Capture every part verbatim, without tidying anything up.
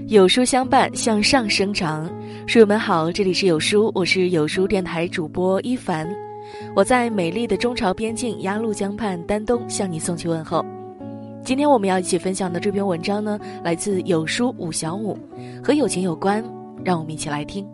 有书相伴，向上生长。书友们好，这里是有书，我是有书电台主播一凡。我在美丽的中朝边境鸭绿江畔丹东向你送去问候。今天我们要一起分享的这篇文章呢，来自有书五小五，和友情有关，让我们一起来听。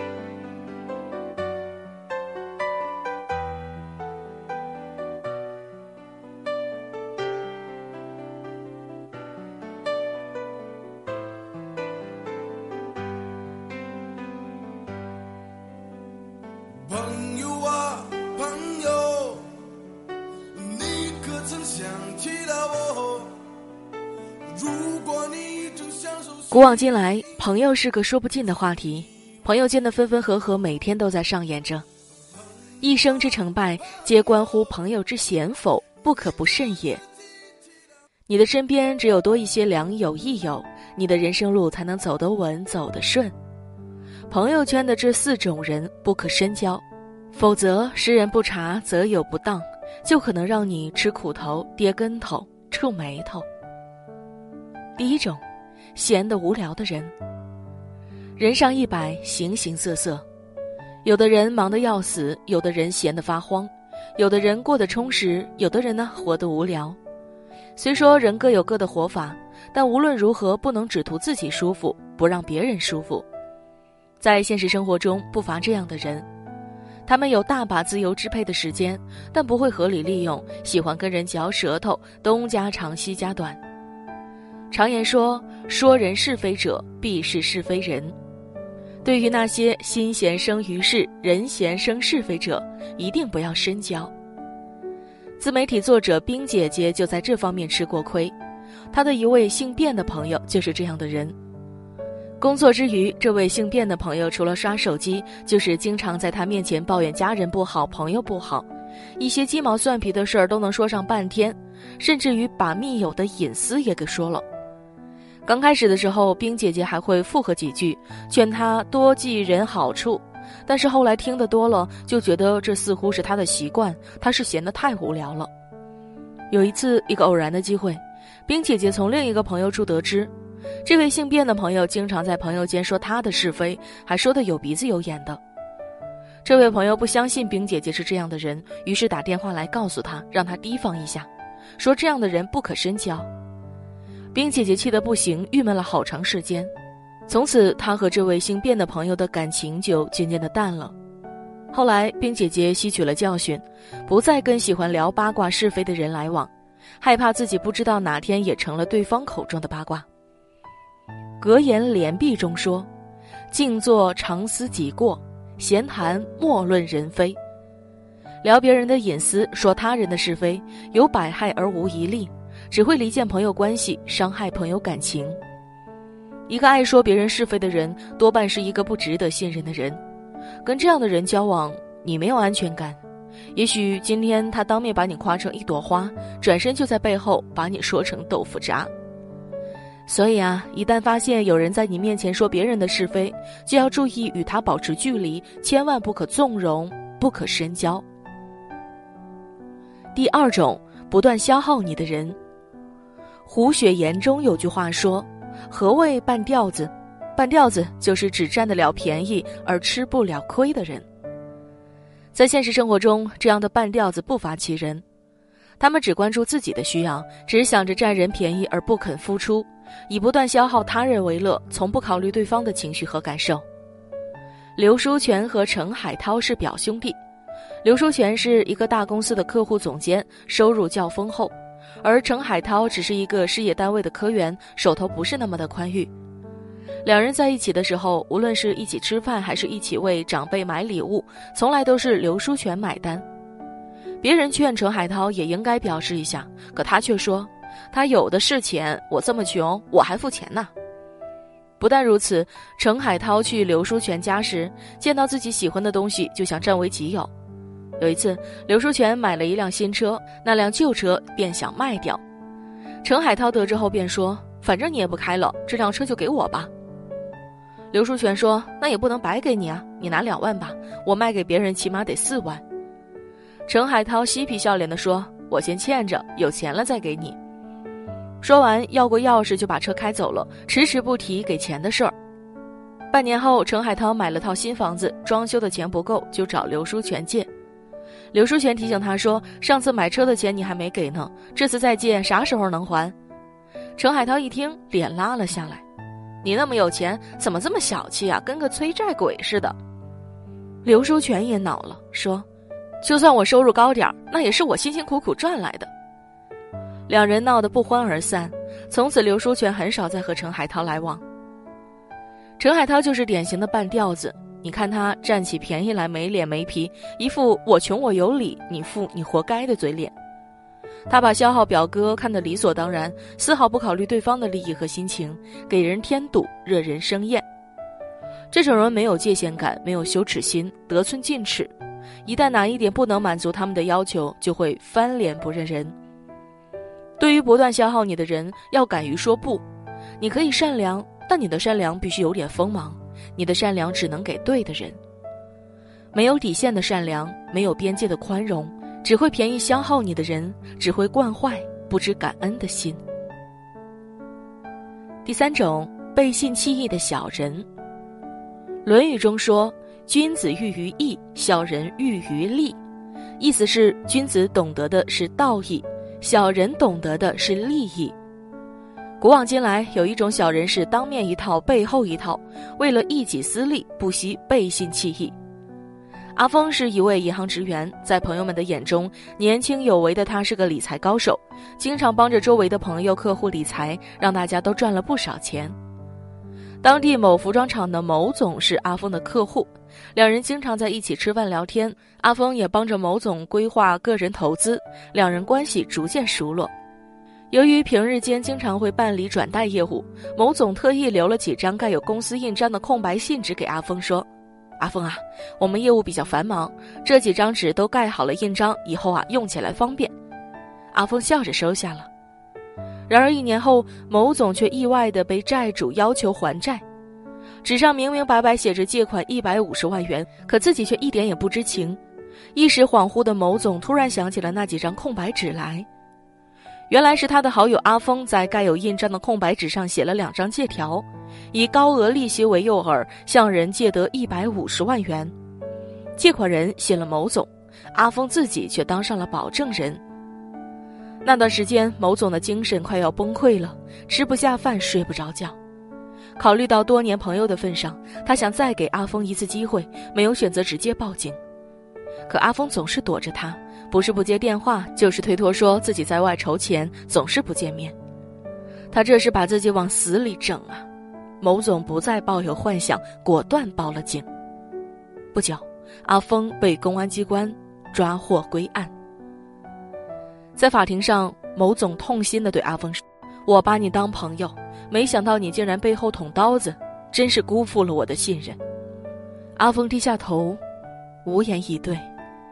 朋友啊朋友，你可曾想起了我？如果你正享受。 古往今来，朋友是个说不尽的话题，朋友间的分分合合每天都在上演着。一生之成败，皆关乎朋友之贤否，不可不慎也。你的身边只有多一些良友益友，你的人生路才能走得稳，走得顺。朋友圈的这四种人不可深交，否则识人不察，则有不当，就可能让你吃苦头，跌跟头，触眉头。第一种，闲得无聊的人。人上一百，形形色色，有的人忙得要死，有的人闲得发慌，有的人过得充实，有的人呢活得无聊。虽说人各有各的活法，但无论如何不能只图自己舒服，不让别人舒服。在现实生活中不乏这样的人，他们有大把自由支配的时间，但不会合理利用，喜欢跟人嚼舌头，东家长西家短。常言说，说人是非者必是是非人。对于那些心闲生于世，人闲生是非者，一定不要深交。自媒体作者冰姐姐就在这方面吃过亏，她的一位姓卞的朋友就是这样的人。工作之余，这位姓卞的朋友除了刷手机，就是经常在他面前抱怨家人不好，朋友不好，一些鸡毛蒜皮的事儿都能说上半天，甚至于把密友的隐私也给说了。刚开始的时候，冰姐姐还会附和几句，劝他多记人好处，但是后来听得多了，就觉得这似乎是他的习惯，他是闲得太无聊了。有一次，一个偶然的机会，冰姐姐从另一个朋友处得知，这位姓卞的朋友经常在朋友间说他的是非，还说得有鼻子有眼的。这位朋友不相信冰姐姐是这样的人，于是打电话来告诉他，让他提防一下，说这样的人不可深交。冰姐姐气得不行，郁闷了好长时间。从此她和这位姓卞的朋友的感情就渐渐的淡了。后来冰姐姐吸取了教训，不再跟喜欢聊八卦是非的人来往，害怕自己不知道哪天也成了对方口中的八卦。格言联璧中说，静坐常思己过，闲谈莫论人非。聊别人的隐私，说他人的是非，有百害而无一利，只会离间朋友关系，伤害朋友感情。一个爱说别人是非的人，多半是一个不值得信任的人。跟这样的人交往，你没有安全感。也许今天他当面把你夸成一朵花，转身就在背后把你说成豆腐渣。所以啊，一旦发现有人在你面前说别人的是非，就要注意与他保持距离，千万不可纵容，不可深交。第二种，不断消耗你的人。胡雪岩中有句话说，何谓半吊子？半吊子就是只占得了便宜而吃不了亏的人。在现实生活中，这样的半吊子不乏其人，他们只关注自己的需要，只想着占人便宜而不肯付出，以不断消耗他人为乐，从不考虑对方的情绪和感受。刘书全和程海涛是表兄弟，刘书全是一个大公司的客户总监，收入较丰厚，而程海涛只是一个事业单位的科员，手头不是那么的宽裕。两人在一起的时候，无论是一起吃饭还是一起为长辈买礼物，从来都是刘书全买单。别人劝程海涛也应该表示一下，可他却说，他有的是钱，我这么穷，我还付钱呢。不但如此，程海涛去刘书全家时，见到自己喜欢的东西就想占为己有。有一次，刘书全买了一辆新车，那辆旧车便想卖掉。程海涛得知后便说，反正你也不开了，这辆车就给我吧。刘书全说，那也不能白给你啊，你拿两万吧，我卖给别人起码得四万。程海涛嬉皮笑脸地说，我先欠着，有钱了再给你。 说完要过钥匙就把车开走了，迟迟不提给钱的事儿。半年后，程海涛买了套新房子，装修的钱不够，就找刘书全借。刘书全提醒他说，上次买车的钱你还没给呢，这次再借啥时候能还？程海涛一听，脸拉了下来，你那么有钱，怎么这么小气啊，跟个催债鬼似的。刘书全也恼了，说，就算我收入高点，那也是我辛辛苦苦赚来的。两人闹得不欢而散，从此刘书全很少再和程海涛来往。程海涛就是典型的半吊子，你看他占起便宜来没脸没皮，一副我穷我有理，你富你活该的嘴脸。他把消耗表哥看得理所当然，丝毫不考虑对方的利益和心情，给人添堵，惹人生厌。这种人没有界限感，没有羞耻心，得寸进尺，一旦哪一点不能满足他们的要求，就会翻脸不认人。对于不断消耗你的人，要敢于说不。你可以善良，但你的善良必须有点锋芒，你的善良只能给对的人。没有底线的善良，没有边界的宽容，只会便宜消耗你的人，只会惯坏不知感恩的心。第三种，背信弃义的小人。论语中说，君子喻于义，小人喻于利。意思是，君子懂得的是道义，小人懂得的是利益。古往今来，有一种小人是当面一套背后一套，为了一己私利，不惜背信弃义。阿峰是一位银行职员，在朋友们的眼中，年轻有为的他是个理财高手，经常帮着周围的朋友客户理财，让大家都赚了不少钱。当地某服装厂的某总是阿峰的客户，两人经常在一起吃饭聊天，阿峰也帮着某总规划个人投资，两人关系逐渐熟络。由于平日间经常会办理转贷业务，某总特意留了几张盖有公司印章的空白信纸给阿峰，说，阿峰啊，我们业务比较繁忙，这几张纸都盖好了印章，以后啊用起来方便。阿峰笑着收下了。然而一年后，某总却意外地被债主要求还债，纸上明明白白写着借款一百五十万元，可自己却一点也不知情。一时恍惚的某总突然想起了那几张空白纸来，原来是他的好友阿峰在盖有印章的空白纸上写了两张借条，以高额利息为诱饵，向人借得一百五十万元。借款人写了某总，阿峰自己却当上了保证人。那段时间，某总的精神快要崩溃了，吃不下饭，睡不着觉。考虑到多年朋友的份上，他想再给阿峰一次机会，没有选择直接报警。可阿峰总是躲着他，不是不接电话，就是推脱说自己在外筹钱，总是不见面。他这是把自己往死里整啊！某总不再抱有幻想，果断报了警。不久，阿峰被公安机关抓获归案。在法庭上，某总痛心地对阿峰说，我把你当朋友，没想到你竟然背后捅刀子，真是辜负了我的信任。阿峰低下头，无言以对。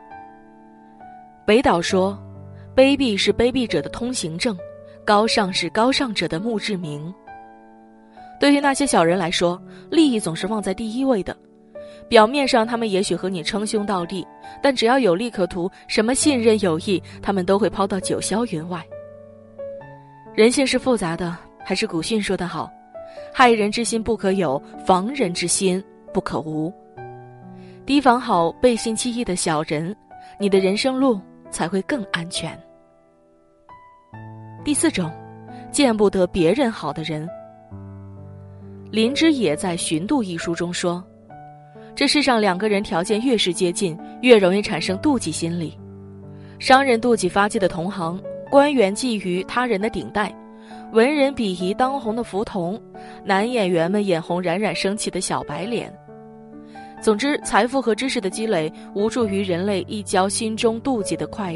北岛说，卑鄙是卑鄙者的通行证，高尚是高尚者的墓志铭。对于那些小人来说，利益总是放在第一位的。表面上他们也许和你称兄道弟，但只要有利可图，什么信任友谊，他们都会抛到九霄云外。人性是复杂的，还是古训说得好，害人之心不可有，防人之心不可无。提防好背信弃义的小人，你的人生路才会更安全。第四种，见不得别人好的人。林之野在《寻妒》一书中说，这世上两个人条件越是接近，越容易产生妒忌心理。商人妒忌发迹的同行，官员觊觎他人的顶戴，文人鄙夷当红的福同，男演员们眼红冉冉升起的小白脸。总之，财富和知识的积累无助于人类一交心中妒忌的快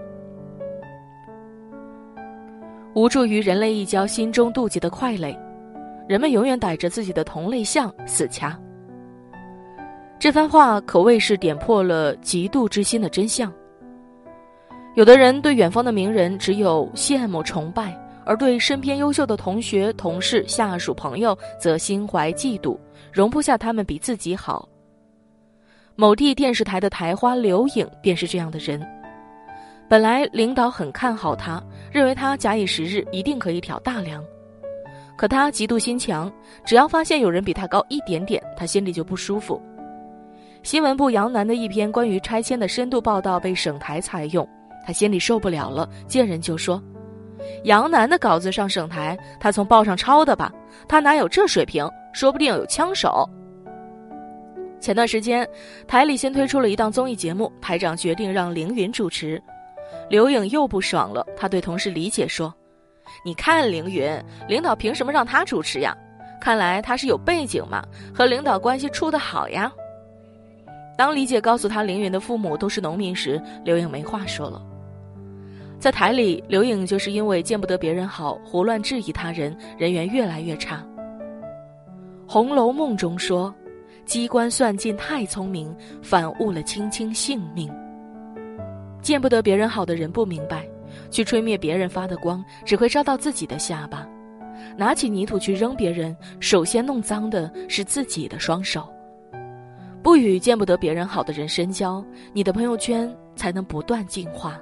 无助于人类一交心中妒忌的快累，人们永远逮着自己的同类项死掐。这番话可谓是点破了嫉妒之心的真相。有的人对远方的名人只有羡慕崇拜，而对身边优秀的同学、同事、下属、朋友则心怀嫉妒，容不下他们比自己好。某地电视台的台花刘颖便是这样的人。本来领导很看好他， 认为他假以时日一定可以挑大梁。可他极度心强，只要发现有人比他高一点点，他心里就不舒服。新闻部杨楠的一篇关于拆迁的深度报道被省台采用，他心里受不了了，见人就说：杨楠的稿子上省台，他从报上抄的吧？他哪有这水平？说不定有枪手。前段时间，台里新推出了一档综艺节目，台长决定让凌云主持。刘颖又不爽了，他对同事李姐说：你看凌云，领导凭什么让他主持呀？看来他是有背景嘛，和领导关系处得好呀。当李姐告诉他凌云的父母都是农民时，刘颖没话说了。在台里，刘颖就是因为见不得别人好，胡乱质疑他人，人缘越来越差。《红楼梦》中说，机关算尽太聪明，反误了卿卿性命。见不得别人好的人不明白，去吹灭别人发的光，只会照到自己的下巴。拿起泥土去扔别人，首先弄脏的是自己的双手。不与见不得别人好的人深交，你的朋友圈才能不断进化。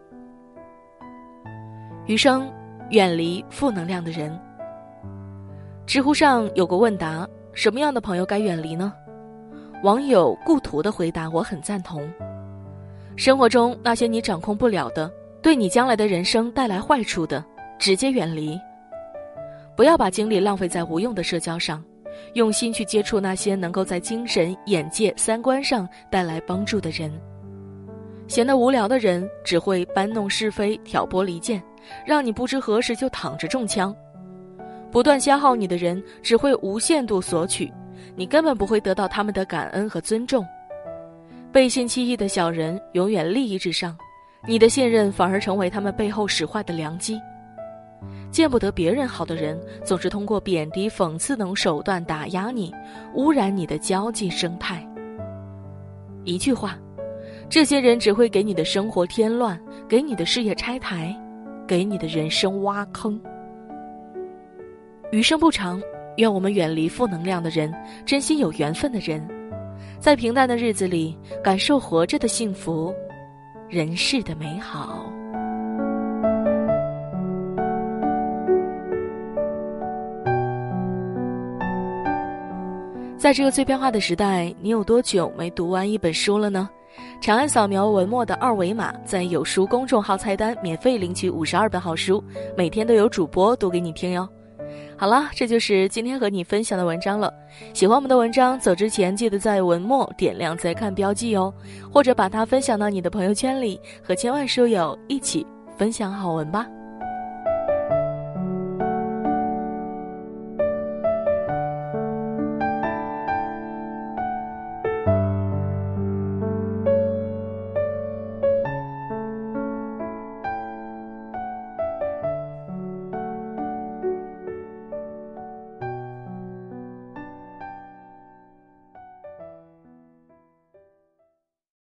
余生，远离负能量的人。知乎上有个问答，什么样的朋友该远离呢？网友故图的回答我很赞同。生活中那些你掌控不了的，对你将来的人生带来坏处的，直接远离。不要把精力浪费在无用的社交上，用心去接触那些能够在精神、眼界、三观上带来帮助的人。闲得无聊的人只会搬弄是非、挑拨离间，让你不知何时就躺着中枪。不断消耗你的人只会无限度索取，你根本不会得到他们的感恩和尊重。背信弃义的小人永远利益至上，你的信任反而成为他们背后使坏的良机。见不得别人好的人总是通过贬低、讽刺等手段打压你，污染你的交际生态。一句话，这些人只会给你的生活添乱，给你的事业拆台，给你的人生挖坑。余生不长，愿我们远离负能量的人，珍惜有缘分的人，在平淡的日子里感受活着的幸福，人世的美好。在这个碎片化的时代，你有多久没读完一本书了呢？长按扫描文末的二维码，在有书公众号菜单免费领取五十二本好书，每天都有主播读给你听哟。好了，这就是今天和你分享的文章了。喜欢我们的文章，走之前记得在文末点亮再看标记哦，或者把它分享到你的朋友圈里，和千万书友一起分享好文吧。